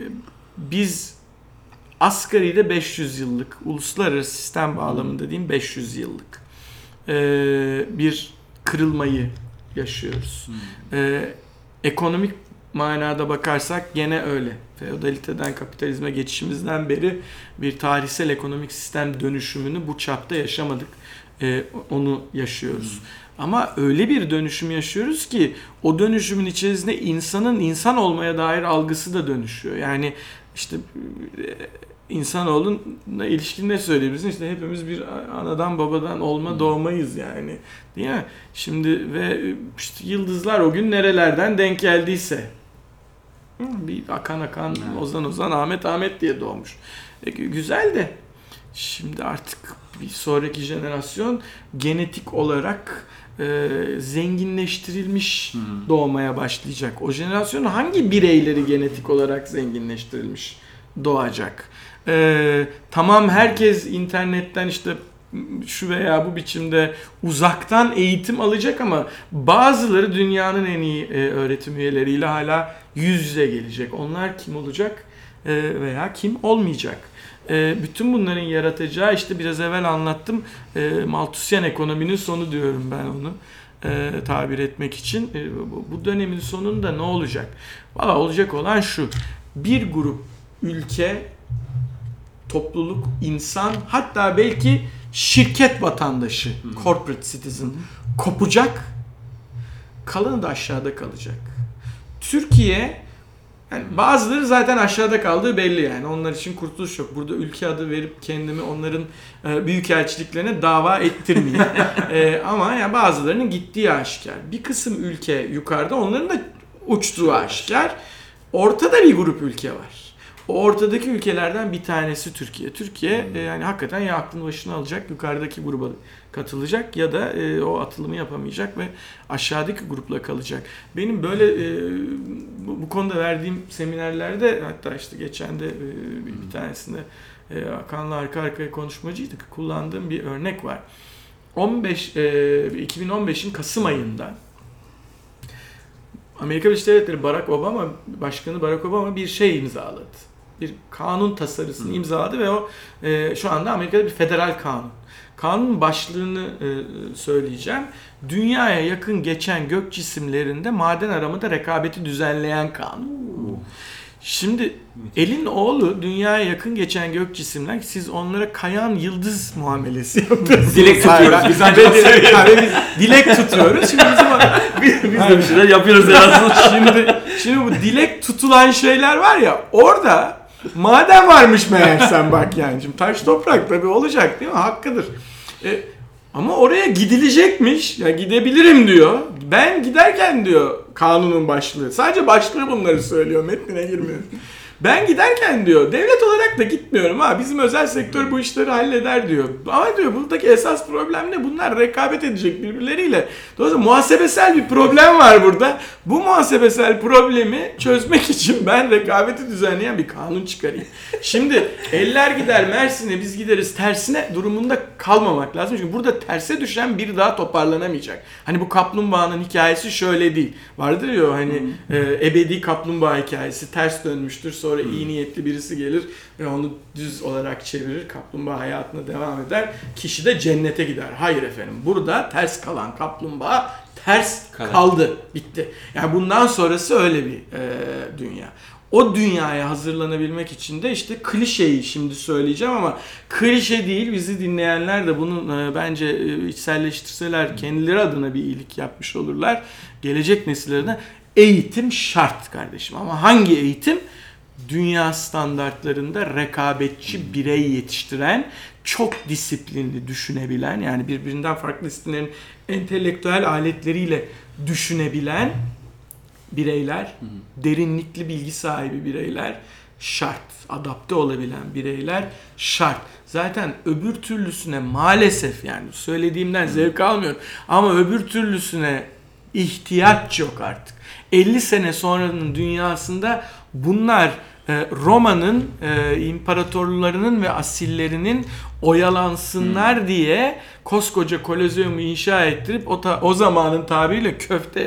biz asgariyle beş yüz yıllık, uluslararası sistem bağlamında diyeyim beş yüz yıllık e, bir kırılmayı yaşıyoruz. Hmm. E, ekonomik manada bakarsak gene öyle. Feodaliteden kapitalizme geçişimizden beri bir tarihsel ekonomik sistem dönüşümünü bu çapta yaşamadık. Ee, onu yaşıyoruz. Ama öyle bir dönüşüm yaşıyoruz ki o dönüşümün içerisinde insanın insan olmaya dair algısı da dönüşüyor. Yani işte insanoğluna ilişkin ne söyleyebilirsin? İşte hepimiz bir anadan babadan olma doğmayız yani. Değil mi? Şimdi ve işte yıldızlar o gün nerelerden denk geldiyse. Bir akan akan, ozan ozan, Ahmet Ahmet diye doğmuş. E, güzel de şimdi artık bir sonraki jenerasyon genetik olarak e, zenginleştirilmiş hmm. doğmaya başlayacak. O jenerasyonun hangi bireyleri genetik olarak zenginleştirilmiş doğacak? E, tamam herkes internetten işte şu veya bu biçimde uzaktan eğitim alacak ama bazıları dünyanın en iyi e, öğretim üyeleriyle hala yüz yüze gelecek. Onlar kim olacak e, veya kim olmayacak? E, bütün bunların yaratacağı işte biraz evvel anlattım e, Malthusyen ekonominin sonu diyorum ben onu e, tabir etmek için. E, bu, bu dönemin sonunda ne olacak? Valla olacak olan şu: bir grup ülke, topluluk, insan, hatta belki şirket vatandaşı, hmm. corporate citizen hmm. kopacak, kalanı da aşağıda kalacak. Türkiye, yani bazıları zaten aşağıda kaldığı belli yani. Onlar için kurtuluş yok. Burada ülke adı verip kendimi onların e, büyükelçiliklerine dava ettirmeyeyim. e, ama yani bazılarının gittiği aşikar. Bir kısım ülke yukarıda, onların da uçtuğu aşikar. Ortada bir grup ülke var. O ortadaki ülkelerden bir tanesi Türkiye. Türkiye e, yani hakikaten ya aklını başına alacak, yukarıdaki gruba katılacak ya da e, o atılımı yapamayacak ve aşağıdaki grupla kalacak. Benim böyle e, bu, bu konuda verdiğim seminerlerde, hatta işte geçen de e, bir, bir tanesinde e, Hakan'la arka arkaya konuşmacıydık. Kullandığım bir örnek var. on beş e, iki bin on beşin Kasım ayında Amerika Birleşik Devletleri Barack Obama, Başkanı Barack Obama bir şey imzaladı. Bir kanun tasarısını imzaladı ve o e, şu anda Amerika'da bir federal kanun. Kanunun başlığını e, söyleyeceğim. Dünyaya yakın geçen gök cisimlerinde maden aramada rekabeti düzenleyen kanun. Şimdi elin oğlu dünyaya yakın geçen gök cisimler, siz onlara kayan yıldız muamelesi yapıyorsunuz. Dilek tutuyoruz. Biz ancak biz dilek tutuyoruz. Şimdi bizim biz de bir şeyler yapıyoruz aslında. Şimdi şimdi bu dilek tutulan şeyler var ya, orada maden varmış meğersem bak yani. Şimdi taş toprak tabii olacak değil mi? Hakkıdır. E, ama oraya gidilecekmiş. Ya gidebilirim diyor. Ben giderken diyor kanunun başlığı. Sadece başlığı bunları söylüyor. Metnine girmiyor. Ben giderken diyor devlet olarak da gitmiyorum ha. Bizim özel sektör bu işleri halleder diyor. Ama diyor buradaki esas problem ne? Bunlar rekabet edecek birbirleriyle. Dolayısıyla muhasebesel bir problem var burada. Bu muhasebesel problemi çözmek için ben rekabeti düzenleyen bir kanun çıkarayım. Şimdi eller gider Mersin'e, biz gideriz tersine durumunda kalmamak lazım. Çünkü burada terse düşen biri daha toparlanamayacak. Hani bu kaplumbağanın hikayesi şöyle değil. Vardır ya hani hmm. e, ebedi kaplumbağa hikayesi, ters dönmüştür. Sonra hmm. iyi niyetli birisi gelir ve onu düz olarak çevirir. Kaplumbağa hayatına devam eder. Kişi de cennete gider. Hayır efendim. Burada ters kalan kaplumbağa ters Kalan. kaldı. Bitti. Yani bundan sonrası öyle bir e, dünya. O dünyaya hazırlanabilmek için de işte klişeyi şimdi söyleyeceğim ama klişe değil, bizi dinleyenler de bunu e, bence e, içselleştirseler kendileri adına bir iyilik yapmış olurlar. Gelecek nesillerine eğitim şart kardeşim, ama hangi eğitim? Dünya standartlarında rekabetçi birey yetiştiren, çok disiplinli düşünebilen, yani birbirinden farklı disiplinlerin entelektüel aletleriyle düşünebilen bireyler, hı hı. derinlikli bilgi sahibi bireyler şart. Adapte olabilen bireyler şart. Zaten öbür türlüsüne maalesef, yani söylediğimden zevk almıyorum ama öbür türlüsüne ihtiyaç yok artık. elli sene sonranın dünyasında bunlar Roma'nın e, imparatorlarının ve asillerinin oyalansınlar hmm. diye koskoca Kolosseum'u inşa ettirip o, ta, o zamanın tabiriyle köfte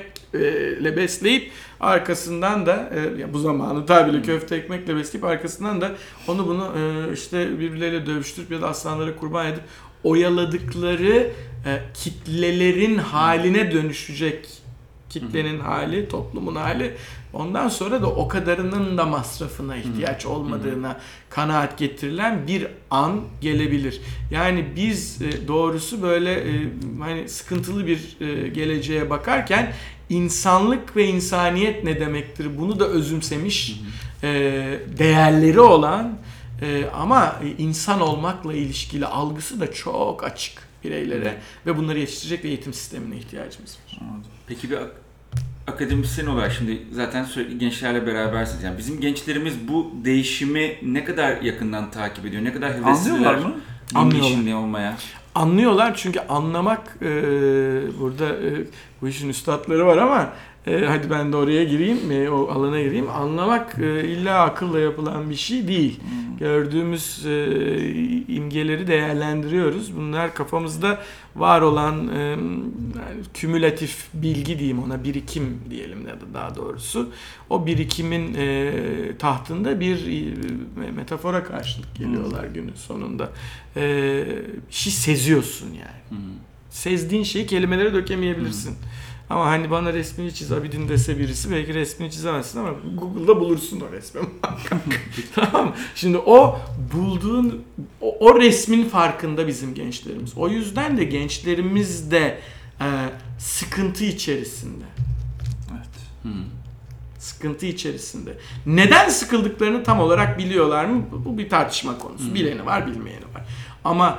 ekmekle besleyip arkasından da e, bu zamanın tabiriyle hmm. köfte ekmekle besleyip arkasından da onu bunu e, işte birbirleriyle dövüştürüp ya da aslanlara kurban edip oyaladıkları e, kitlelerin haline dönüşecek Kitlenin hali, toplumun hali. Ondan sonra da o kadarının da masrafına ihtiyaç olmadığına kanaat getirilen bir an gelebilir. Yani biz e, doğrusu böyle e, hani sıkıntılı bir e, geleceğe bakarken insanlık ve insaniyet ne demektir bunu da özümsemiş, e, değerleri olan e, ama insan olmakla ilişkili algısı da çok açık bireylere ve bunları yetiştirecek bir eğitim sistemine ihtiyacımız var. Peki bir ak- akademisyen olarak şimdi zaten sürekli gençlerle berabersiniz. Yani bizim gençlerimiz bu değişimi ne kadar yakından takip ediyor? Ne kadar hevesliler Anlıyorlar mı? bunun Anlıyorlar. içinde olmaya? Anlıyorlar çünkü anlamak e, burada e, bu işin üstadları var ama e, hadi ben de oraya gireyim, e, o alana gireyim. Anlamak e, illa akılla yapılan bir şey değil. Hmm. Gördüğümüz e, imgeleri değerlendiriyoruz. Bunlar kafamızda var olan e, yani kümülatif bilgi diyeyim ona, birikim diyelim ya da daha doğrusu. O birikimin e, tahtında bir e, metafora karşılık geliyorlar hmm. günün sonunda. E, bir şey seziyorsun yani. Hmm. Sezdiğin şeyi kelimelere dökemeyebilirsin. Hmm. Ama hani bana resmini çiz Abidin dese birisi belki resmini çizemezsin ama Google'da bulursun o resmi. Tamam mı? Şimdi o bulduğun, o, o resmin farkında bizim gençlerimiz. O yüzden de gençlerimiz de e, sıkıntı içerisinde. Evet. Hmm. Sıkıntı içerisinde. Neden sıkıldıklarını tam olarak biliyorlar mı? Bu bir tartışma konusu. Hmm. Bileni var, bilmeyeni var. Ama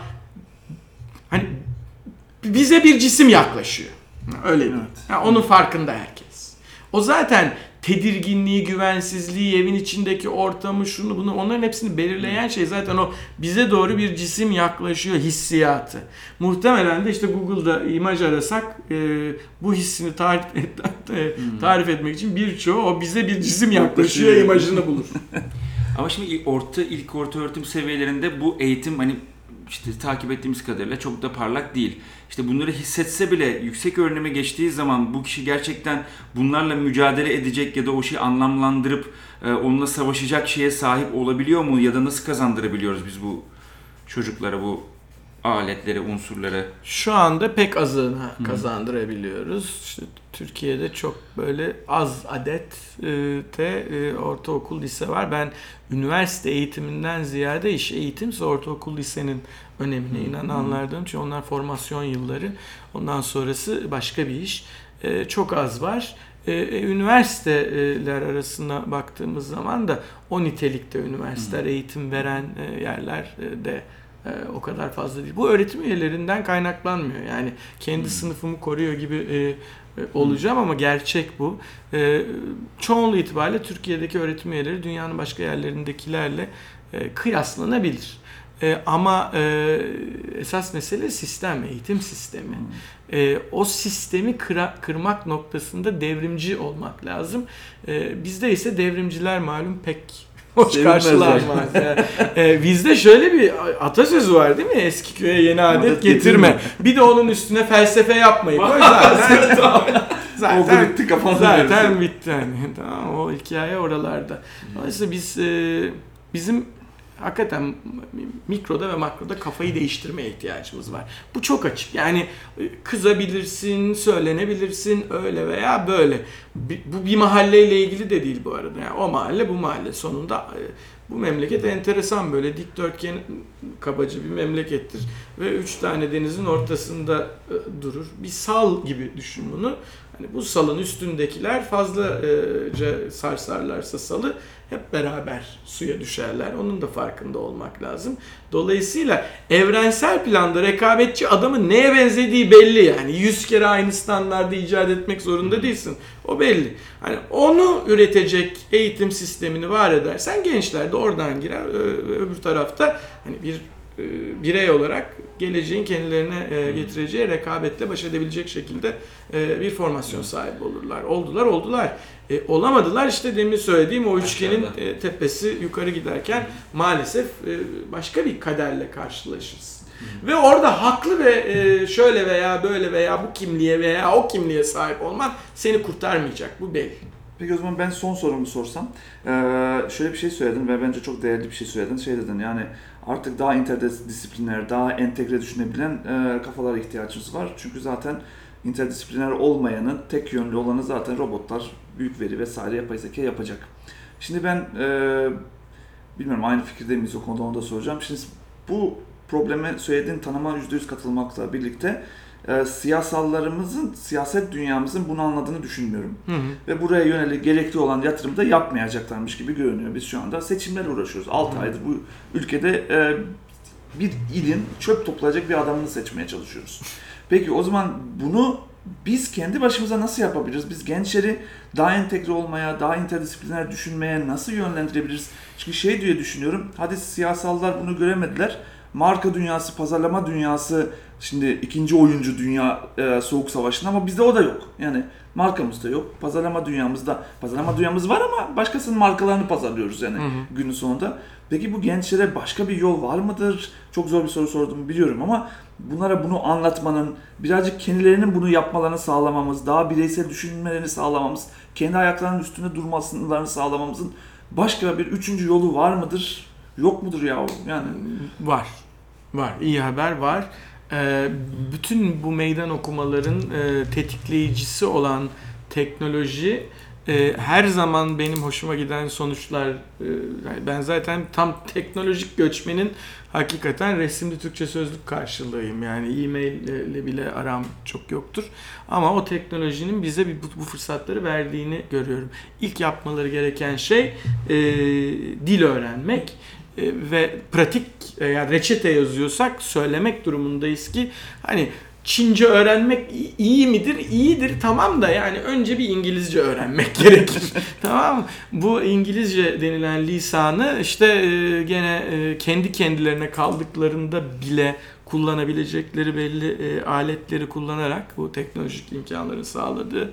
hani bize bir cisim yaklaşıyor. Öyle değil. Evet. Yani onun farkında herkes. O zaten tedirginliği, güvensizliği, evin içindeki ortamı, şunu bunu, onların hepsini belirleyen şey zaten o bize doğru bir cisim yaklaşıyor hissiyatı. Muhtemelen de işte Google'da imaj arasak e, bu hissini tarif, et, tarif etmek için birçoğu o bize bir cisim yaklaşıyor imajını bulur. Ama şimdi orta, ilk orta öğretim seviyelerinde bu eğitim hani işte takip ettiğimiz kadarıyla çok da parlak değil. İşte bunları hissetse bile yüksek öğrenime geçtiği zaman bu kişi gerçekten bunlarla mücadele edecek ya da o şeyi anlamlandırıp e, onunla savaşacak şeye sahip olabiliyor mu? Ya da nasıl kazandırabiliyoruz biz bu çocuklara bu aletleri, unsurları? Şu anda pek azına kazandırabiliyoruz. İşte Türkiye'de çok böyle az adet de ortaokul, lise var. Ben üniversite eğitiminden ziyade iş eğitimse ortaokul, lisenin önemine inananlardanım. Çünkü onlar formasyon yılları. Ondan sonrası başka bir iş. Çok az var. Üniversiteler arasına baktığımız zaman da o nitelikte üniversiteler, eğitim veren yerler de o kadar fazla değil. Bu öğretim üyelerinden kaynaklanmıyor. Yani kendi hmm. sınıfımı koruyor gibi e, e, olacağım ama gerçek bu. E, çoğunluğu itibariyle Türkiye'deki öğretim üyeleri dünyanın başka yerlerindekilerle e, kıyaslanabilir. E, ama e, esas mesele sistem, eğitim sistemi. Hmm. E, o sistemi kıra, kırmak noktasında devrimci olmak lazım. E, bizde ise devrimciler malum pek hoş karşılanmaz. Yani. Ee, bizde şöyle bir atasözü var değil mi? Eski köye yeni adet, adet getirme. getirme. Bir de onun üstüne felsefe yapmayı koy zaten. zaten bitti, zaten bitti. Yani. Tamam, o hikaye oralarda. Dolayısıyla biz e, bizim hakikaten mikroda ve makroda kafayı değiştirmeye ihtiyacımız var. Bu çok açık. Yani kızabilirsin, söylenebilirsin öyle veya böyle. Bu bir mahalleyle ilgili de değil bu arada. Yani o mahalle bu mahalle. Sonunda bu memleket enteresan böyle dikdörtgen kabaca bir memlekettir. Ve üç tane denizin ortasında durur. Bir sal gibi düşün bunu. Hani bu salın üstündekiler fazlaca sarsarlarsa salı hep beraber suya düşerler. Onun da farkında olmak lazım. Dolayısıyla evrensel planda rekabetçi adamın neye benzediği belli yani. Yüz kere aynı standardı icat etmek zorunda değilsin. O belli. Hani onu üretecek eğitim sistemini var edersen gençler de oradan girer. Öbür tarafta hani bir birey olarak geleceğin kendilerine getireceği rekabetle baş edebilecek şekilde bir formasyon sahibi olurlar. Oldular, oldular. E, olamadılar işte demin söylediğim o üçgenin e, tepesi yukarı giderken maalesef e, başka bir kaderle karşılaşırız. Hı. Ve orada haklı ve e, şöyle veya böyle veya bu kimliğe veya o kimliğe sahip olman seni kurtarmayacak. Bu belli. Peki o zaman ben son sorumu sorsam. Ee, şöyle bir şey söyledin ve bence çok değerli bir şey söyledin. Şey dedin yani artık daha interdisipliner, daha entegre düşünebilen e, kafalara ihtiyacımız var. Çünkü zaten interdisipliner olmayanın, tek yönlü olanı zaten robotlar, büyük veri vesaire yapay zeka yapacak. Şimdi ben e, bilmiyorum aynı fikirde miyiz o konuda, onu da soracağım. Şimdi bu probleme söylediğin tanıma yüzde yüz katılmakla birlikte e, siyasallarımızın, siyaset dünyamızın bunu anladığını düşünmüyorum. Hı hı. Ve buraya yönelik gerekli olan yatırımı da yapmayacaklarmış gibi görünüyor. Biz şu anda seçimlerle uğraşıyoruz. altı aydır bu ülkede e, bir ilin çöp toplayacak bir adamını seçmeye çalışıyoruz. Peki o zaman bunu biz kendi başımıza nasıl yapabiliriz? Biz gençleri daha entegre olmaya, daha interdisipliner düşünmeye nasıl yönlendirebiliriz? Çünkü şey diye düşünüyorum, hadi siyasallar bunu göremediler. Marka dünyası, pazarlama dünyası, şimdi ikinci oyuncu dünya e, soğuk savaşında, ama bizde o da yok. Yani markamız da yok, pazarlama dünyamızda, pazarlama dünyamız var ama başkasının markalarını pazarlıyoruz yani, hı hı, günün sonunda. Peki bu gençlere başka bir yol var mıdır? Çok zor bir soru sordum biliyorum ama bunlara bunu anlatmanın, birazcık kendilerinin bunu yapmalarını sağlamamız, daha bireysel düşünmelerini sağlamamız, kendi ayaklarının üstünde durmasını sağlamamızın başka bir üçüncü yolu var mıdır? Yok mudur ya? Yani var. Var. İyi haber var. Ee, bütün bu meydan okumaların e, tetikleyicisi olan teknoloji e, her zaman benim hoşuma giden sonuçlar. E, ben zaten tam teknolojik göçmenin hakikaten resimli Türkçe sözlük karşılığıyım. Yani e-mail ile bile aram çok yoktur. Ama o teknolojinin bize bir, bu, bu fırsatları verdiğini görüyorum. İlk yapmaları gereken şey e, dil öğrenmek. Ve pratik, yani reçete yazıyorsak söylemek durumundayız ki hani Çince öğrenmek iyi midir? İyidir, tamam da yani önce bir İngilizce öğrenmek gerekir. Tamam mı? Bu İngilizce denilen lisanı işte gene kendi kendilerine kaldıklarında bile kullanabilecekleri belli aletleri kullanarak, bu teknolojik imkanların sağladığı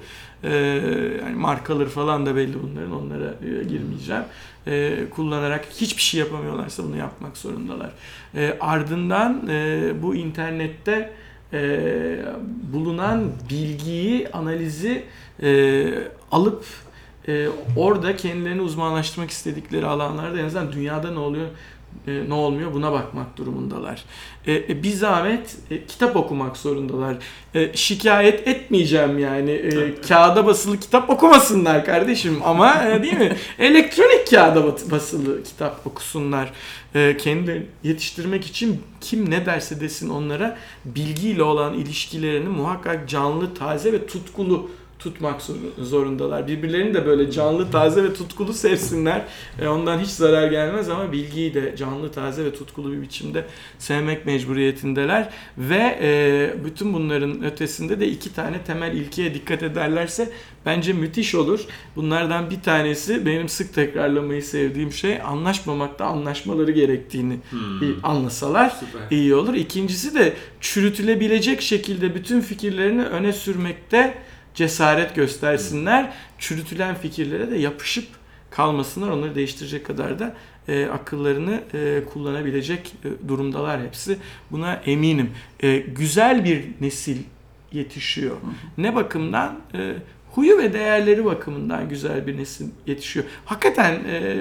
yani markaları falan da belli bunların, onlara girmeyeceğim. E, kullanarak hiçbir şey yapamıyorlarsa bunu yapmak zorundalar. E, ardından e, bu internette e, bulunan bilgiyi, analizi e, alıp e, orada kendilerini uzmanlaştırmak istedikleri alanlarda en azından dünyada ne oluyor, e, ne olmuyor buna bakmak durumundalar. E, e, bir zahmet e, kitap okumak zorundalar. E, şikayet etmeyeceğim yani. E, kağıda basılı kitap okumasınlar kardeşim ama e, değil mi? Elektronik kağıda basılı kitap okusunlar. E, kendilerini yetiştirmek için kim ne derse desin onlara bilgiyle olan ilişkilerini muhakkak canlı, taze ve tutkulu tutmak zorundalar. Birbirlerini de böyle canlı, taze ve tutkulu sevsinler. E, ondan hiç zarar gelmez ama bilgiyi de canlı, taze ve tutkulu bir biçimde sevmek mecburiyetindeler. Ve e, bütün bunların ötesinde de iki tane temel ilkeye dikkat ederlerse bence müthiş olur. Bunlardan bir tanesi, benim sık tekrarlamayı sevdiğim şey, anlaşmamakta anlaşmaları gerektiğini hmm. bir anlasalar Süper. iyi olur. İkincisi de çürütülebilecek şekilde bütün fikirlerini öne sürmekte cesaret göstersinler. Çürütülen fikirlere de yapışıp kalmasınlar. Onları değiştirecek kadar da e, akıllarını e, kullanabilecek e, durumdalar hepsi. Buna eminim. E, güzel bir nesil yetişiyor. Ne bakımdan? E, huyu ve değerleri bakımından güzel bir nesil yetişiyor. Hakikaten e,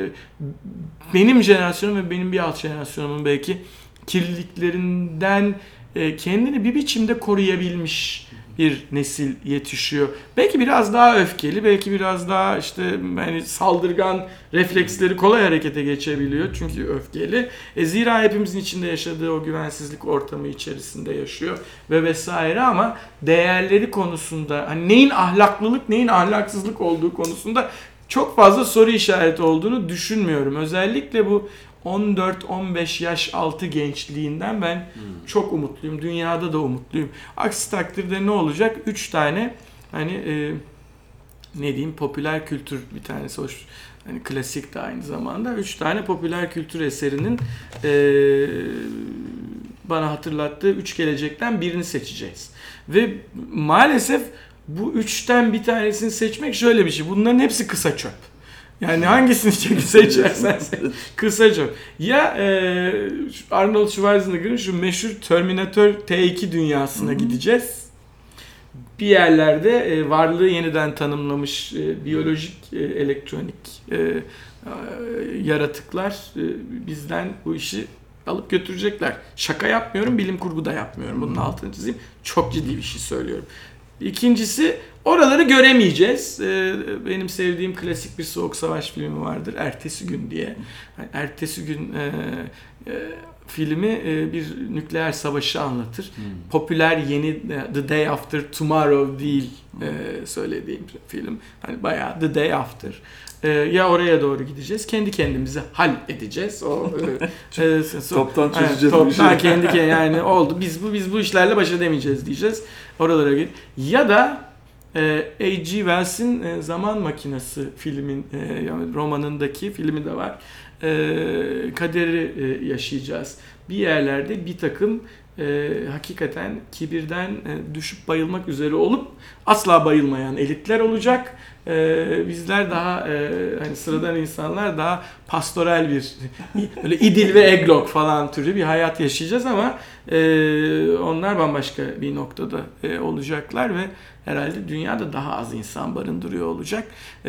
benim jenerasyonum ve benim bir alt jenerasyonumun belki kirliliklerinden e, kendini bir biçimde koruyabilmiş bir nesil yetişiyor. Belki biraz daha öfkeli, belki biraz daha işte yani saldırgan, refleksleri kolay harekete geçebiliyor çünkü öfkeli. E zira hepimizin içinde yaşadığı o güvensizlik ortamı içerisinde yaşıyor ve vesaire, ama değerleri konusunda hani neyin ahlaklılık, neyin ahlaksızlık olduğu konusunda çok fazla soru işareti olduğunu düşünmüyorum. Özellikle bu on dört on beş yaş altı gençliğinden ben hmm. çok umutluyum. Dünyada da umutluyum. Aksi takdirde ne olacak? Üç tane hani e, ne diyeyim, popüler kültür, bir tanesi hoş, hani klasik de aynı zamanda. Üç tane popüler kültür eserinin e, bana hatırlattığı üç gelecekten birini seçeceğiz. Ve maalesef bu üçten bir tanesini seçmek şöyle bir şey. Bunların hepsi kısa çöp. Yani hangisini seçersen seç, kısaca. Ya e, Arnold Schwarzenegger'in şu meşhur Terminator T iki dünyasına Hı-hı. gideceğiz. Bir yerlerde e, varlığı yeniden tanımlamış e, biyolojik, e, elektronik e, e, yaratıklar e, bizden bu işi alıp götürecekler. Şaka yapmıyorum, bilim kurgu da yapmıyorum. Bunun altını çizeyim. Çok ciddi bir şey söylüyorum. İkincisi, oraları göremeyeceğiz. Ee, benim sevdiğim klasik bir soğuk savaş filmi vardır, Ertesi Gün diye. Yani Ertesi Gün e, e, filmi e, bir nükleer savaşı anlatır. Hmm. Popüler yeni The Day After Tomorrow değil e, söylediğim film. Hani bayağı The Day After. E, ya oraya doğru gideceğiz, kendi kendimizi halledeceğiz. O e, e, so, Toptan çözeceğiz. Evet, toptan kendi kendine yani oldu. Biz bu biz bu işlerle baş edemeyeceğiz diyeceğiz. Oralara git. Ya da e, H G Wells'in e, Zaman Makinesi filmin e, yani romanındaki filmi de var. E, kaderi e, yaşayacağız. Bir yerlerde bir takım e, hakikaten kibirden e, düşüp bayılmak üzere olup asla bayılmayan elitler olacak. E, bizler daha e, hani sıradan insanlar daha pastoral bir böyle idil ve eglok falan türü bir hayat yaşayacağız ama e, onlar bambaşka bir noktada e, olacaklar ve herhalde dünyada daha az insan barındırıyor olacak. E,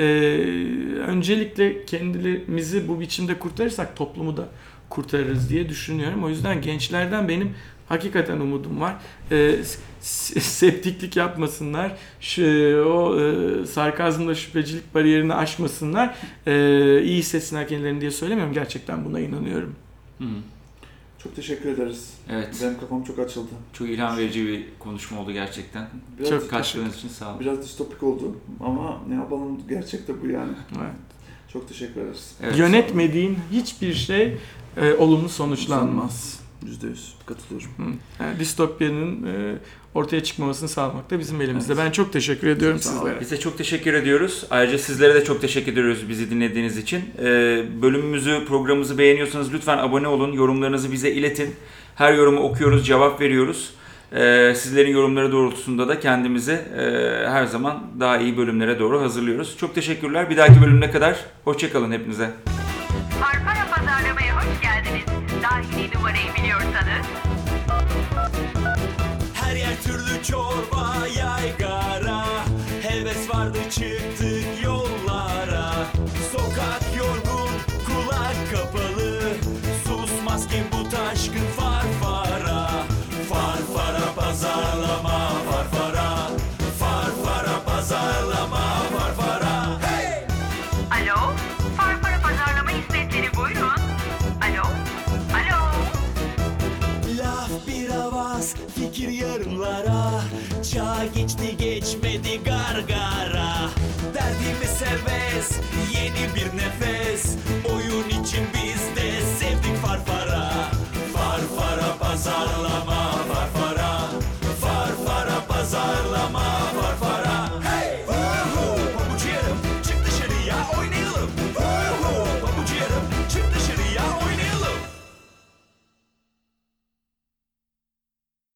öncelikle kendimizi bu biçimde kurtarırsak toplumu da kurtarırız diye düşünüyorum. O yüzden gençlerden benim hakikaten umudum var. E, septiklik yapmasınlar. Şu, o e, sarkazmla şüphecilik bariyerini aşmasınlar. E, iyi hissetsinler kendilerini diye söylemiyorum. Gerçekten buna inanıyorum. Hı. Çok teşekkür ederiz. Evet. Benim kafam çok açıldı. Çok ilham verici bir konuşma oldu gerçekten. Biraz, Çok katkılarınız için sağ olun. biraz distopik oldu ama ne yapalım, gerçek de bu yani. Evet. Çok teşekkür ederiz. Evet. Yönetmediğin hiçbir şey e, olumlu sonuçlanmaz. yüzde yüz katılıyorum. Hı. Yani distopyanın e, ortaya çıkmamasını sağlamak da bizim elimizde. Evet. Ben çok teşekkür ediyorum Sağ olun. sizlere. Biz de çok teşekkür ediyoruz. Ayrıca sizlere de çok teşekkür ediyoruz bizi dinlediğiniz için. Ee, bölümümüzü, programımızı beğeniyorsanız lütfen abone olun. Yorumlarınızı bize iletin. Her yorumu okuyoruz, cevap veriyoruz. Ee, sizlerin yorumları doğrultusunda da kendimizi e, her zaman daha iyi bölümlere doğru hazırlıyoruz. Çok teşekkürler. Bir dahaki bölümüne kadar hoşça kalın hepinize. Farfara Pazarlama'ya hoş geldiniz. Dahili numarayı biliyorsanız. Her yer türlü çorba yaygara, heves vardı çıktık yollara. Sokak yorgun, kulak kapalı, susmaz ki bu taşkın farfara. Farfara pazarlama, farfara. Farfara pazarlama, farfara. Hey! Alo, Farfara Pazarlama hizmetleri buyurun. Alo, alo. Laf bir avaz, fikir yarımlara. Çağ geçti geçmedi gargara. Derdimiz heves,